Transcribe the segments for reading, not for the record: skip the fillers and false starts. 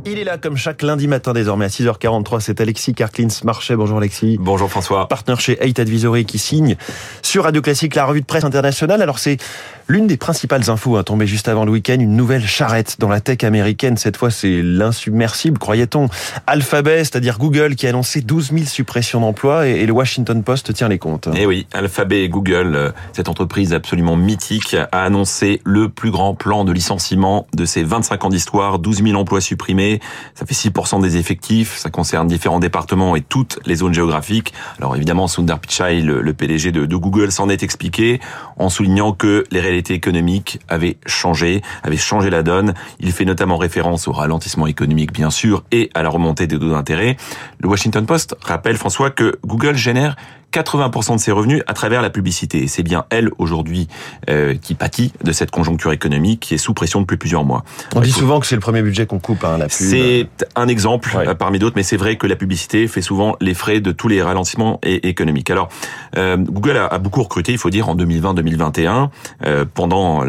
Il est là comme chaque lundi matin désormais à 6h43. C'est Alexis Karklins-Marchais. Bonjour Alexis. Bonjour François. Partenaire chez Eight Advisory qui signe sur Radio Classique la revue de presse internationale. Alors c'est l'une des principales infos tombée juste avant le week-end. Une nouvelle charrette dans la tech américaine. Cette fois c'est l'insubmersible, croyait-on. Alphabet, c'est-à-dire Google, qui a annoncé 12 000 suppressions d'emplois et le Washington Post tient les comptes. Eh oui, Alphabet et Google, cette entreprise absolument mythique, a annoncé le plus grand plan de licenciement de ses 25 ans d'histoire. 12 000 emplois supprimés. Ça fait 6% des effectifs. Ça concerne différents départements et toutes les zones géographiques. Alors évidemment, Sundar Pichai, le PDG de Google, s'en est expliqué en soulignant que les réalités économiques avaient changé la donne. Il fait notamment référence au ralentissement économique, bien sûr, et à la remontée des taux d'intérêt. Le Washington Post rappelle, François, que Google génère 80% de ses revenus à travers la publicité. Et c'est bien elle, aujourd'hui, qui pâtit de cette conjoncture économique qui est sous pression depuis plusieurs mois. On dit souvent que c'est le premier budget qu'on coupe, la pub. C'est un exemple parmi d'autres, mais c'est vrai que la publicité fait souvent les frais de tous les ralentissements économiques. Alors, Google a beaucoup recruté, il faut dire, en 2020-2021, pendant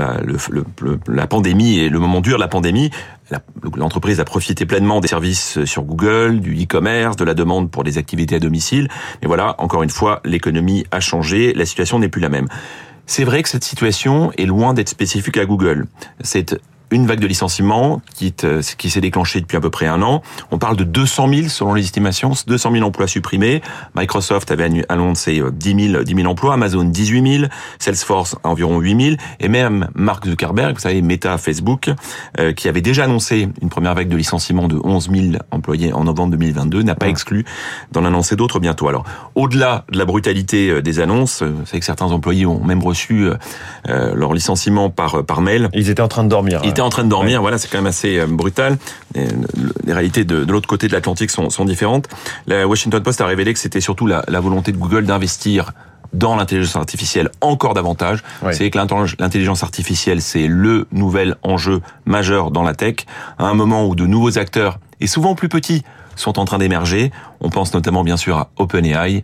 la pandémie et le moment dur de la pandémie. L'entreprise a profité pleinement des services sur Google, du e-commerce, de la demande pour les activités à domicile. Mais voilà, encore une fois, l'économie a changé, la situation n'est plus la même. C'est vrai que cette situation est loin d'être spécifique à Google. C'est une vague de licenciements qui s'est déclenchée depuis à peu près un an. On parle de 200 000 selon les estimations, 200 000 emplois supprimés. Microsoft avait annoncé 10 000 emplois, Amazon 18 000, Salesforce environ 8 000, et même Mark Zuckerberg, vous savez, Meta, Facebook, qui avait déjà annoncé une première vague de licenciements de 11 000 employés en novembre 2022, n'a pas exclu d'en annoncer d'autres bientôt. Alors, au-delà de la brutalité des annonces, vous savez que certains employés ont même reçu leur licenciement par mail. Ils étaient en train de dormir. En train de dormir, voilà, c'est quand même assez brutal. Les réalités de l'autre côté de l'Atlantique sont différentes. La Washington Post a révélé que c'était surtout la volonté de Google d'investir dans l'intelligence artificielle encore davantage. Vous savez que l'intelligence artificielle, c'est le nouvel enjeu majeur dans la tech, à un moment où de nouveaux acteurs, et souvent plus petits, sont en train d'émerger. On pense notamment bien sûr à OpenAI,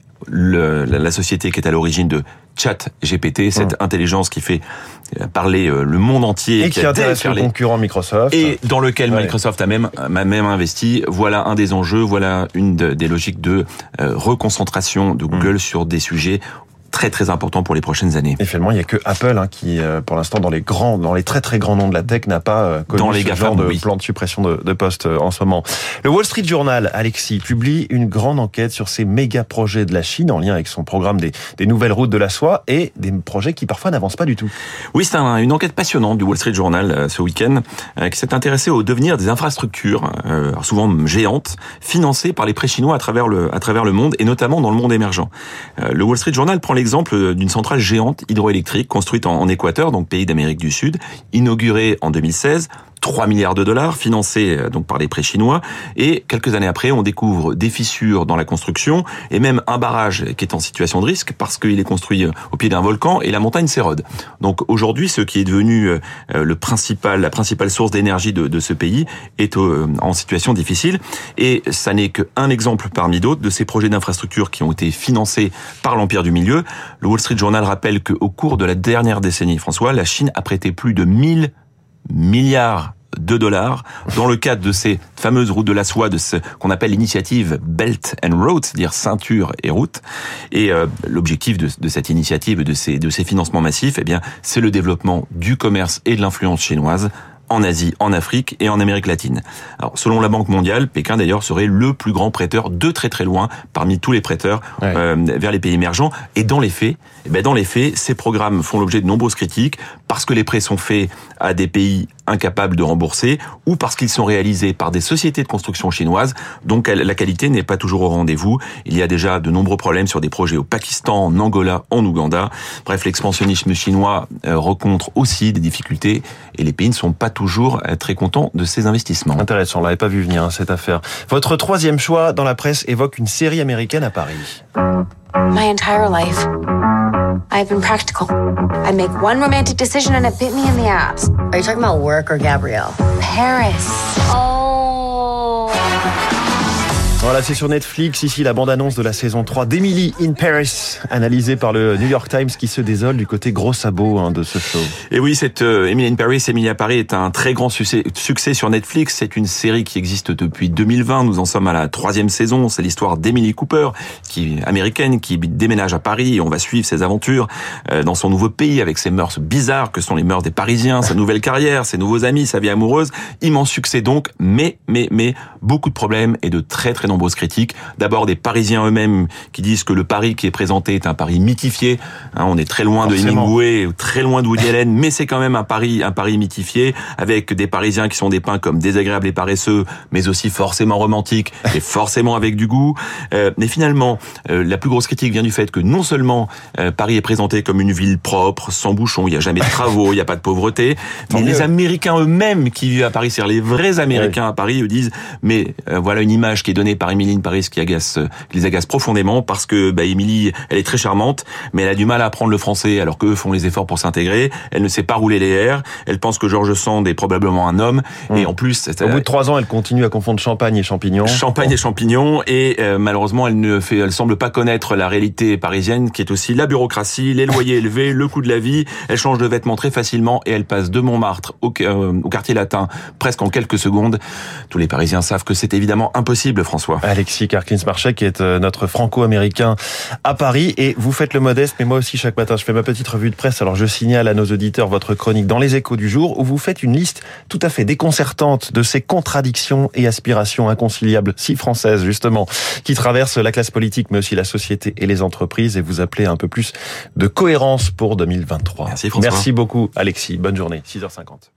la société qui est à l'origine de ChatGPT, cette intelligence qui fait parler le monde entier. Et qui intéresse le concurrent Microsoft. Et dans lequel Microsoft a même investi. Voilà un des enjeux, voilà une des logiques de reconcentration de Google sur des sujets très très important pour les prochaines années. Et finalement, il n'y a que Apple qui, pour l'instant, dans les très très grands noms de la tech, n'a pas connu ce genre de plan de suppression de postes en ce moment. Le Wall Street Journal, Alexis, publie une grande enquête sur ces méga projets de la Chine en lien avec son programme des nouvelles routes de la soie et des projets qui parfois n'avancent pas du tout. Oui, c'est une enquête passionnante du Wall Street Journal ce week-end qui s'est intéressée au devenir des infrastructures, souvent géantes, financées par les prêts chinois à travers le monde et notamment dans le monde émergent. Le Wall Street Journal prend l'exemple d'une centrale géante hydroélectrique construite en Équateur, donc pays d'Amérique du Sud, inaugurée en 2016, 3 milliards de dollars, financés donc par les prêts chinois, et quelques années après, on découvre des fissures dans la construction, et même un barrage qui est en situation de risque, parce qu'il est construit au pied d'un volcan, et la montagne s'érode. Donc aujourd'hui, ce qui est devenu la principale source d'énergie de ce pays, est en situation difficile, et ça n'est qu'un exemple parmi d'autres de ces projets d'infrastructure qui ont été financés par l'Empire du Milieu. Le Wall Street Journal rappelle qu'au cours de la dernière décennie, François, la Chine a prêté plus de 1 000 milliards de dollars dans le cadre de ces fameuses routes de la soie, de ce qu'on appelle l'initiative Belt and Road, c'est-à-dire ceinture et route. Et l'objectif de cette initiative, de ces financements massifs, c'est le développement du commerce et de l'influence chinoise en Asie, en Afrique et en Amérique latine. Alors, selon la Banque mondiale, Pékin d'ailleurs serait le plus grand prêteur de très très loin parmi tous les prêteurs vers les pays émergents. Et dans les faits, ces programmes font l'objet de nombreuses critiques parce que les prêts sont faits à des pays incapables de rembourser ou parce qu'ils sont réalisés par des sociétés de construction chinoises. Donc la qualité n'est pas toujours au rendez-vous. Il y a déjà de nombreux problèmes sur des projets au Pakistan, en Angola, en Ouganda. Bref, l'expansionnisme chinois rencontre aussi des difficultés et les pays ne sont pas toujours très contents de ces investissements. Intéressant, on l'avait pas vu venir cette affaire. Votre troisième choix dans la presse évoque une série américaine à Paris. My entire life, I've been practical. I make one romantic decision and it bit me in the ass. Are you talking about work or Gabrielle? Paris. Oh. Voilà, c'est sur Netflix. Ici, la bande-annonce de la saison 3 d'Emily in Paris, analysée par le New York Times, qui se désole du côté gros sabot de ce show. Et oui, cette Emily in Paris, Emily à Paris, est un très grand succès sur Netflix. C'est une série qui existe depuis 2020. Nous en sommes à la 3e saison. C'est l'histoire d'Emily Cooper, américaine, qui déménage à Paris. Et on va suivre ses aventures dans son nouveau pays, avec ses mœurs bizarres que sont les mœurs des Parisiens, sa nouvelle carrière, ses nouveaux amis, sa vie amoureuse. Immense succès donc, mais beaucoup de problèmes et de très nombreuses critiques. D'abord des Parisiens eux-mêmes qui disent que le Paris qui est présenté est un Paris mythifié. On est très loin de Hemingway, très loin de Woody Allen, mais c'est quand même un Paris mythifié, avec des Parisiens qui sont dépeints comme désagréables et paresseux, mais aussi forcément romantiques et forcément avec du goût. Mais finalement, la plus grosse critique vient du fait que non seulement Paris est présenté comme une ville propre, sans bouchons, il n'y a jamais de travaux, il n'y a pas de pauvreté, mais les Américains eux-mêmes qui vivent à Paris, c'est-à-dire les vrais Américains à Paris, eux disent mais voilà une image qui est donnée par Emily in Paris qui les agace profondément, parce que Emily, elle est très charmante, mais elle a du mal à apprendre le français alors qu'eux font les efforts pour s'intégrer. Elle ne sait pas rouler les airs. Elle pense que George Sand est probablement un homme. Et en plus, au bout de 3 ans, elle continue à confondre champagne et champignons. Et malheureusement, elle semble pas connaître la réalité parisienne, qui est aussi la bureaucratie, les loyers élevés, le coût de la vie. Elle change de vêtements très facilement et elle passe de Montmartre au quartier latin presque en quelques secondes. Tous les Parisiens savent que c'est évidemment impossible, François. Alexis Karklins-Marchais, qui est notre franco-américain à Paris, et vous faites le modeste, mais moi aussi chaque matin je fais ma petite revue de presse. Alors je signale à nos auditeurs votre chronique dans les Échos du jour, où vous faites une liste tout à fait déconcertante de ces contradictions et aspirations inconciliables, si françaises justement, qui traversent la classe politique mais aussi la société et les entreprises, et vous appelez un peu plus de cohérence pour 2023. Merci François. Merci beaucoup Alexis, bonne journée, 6h50.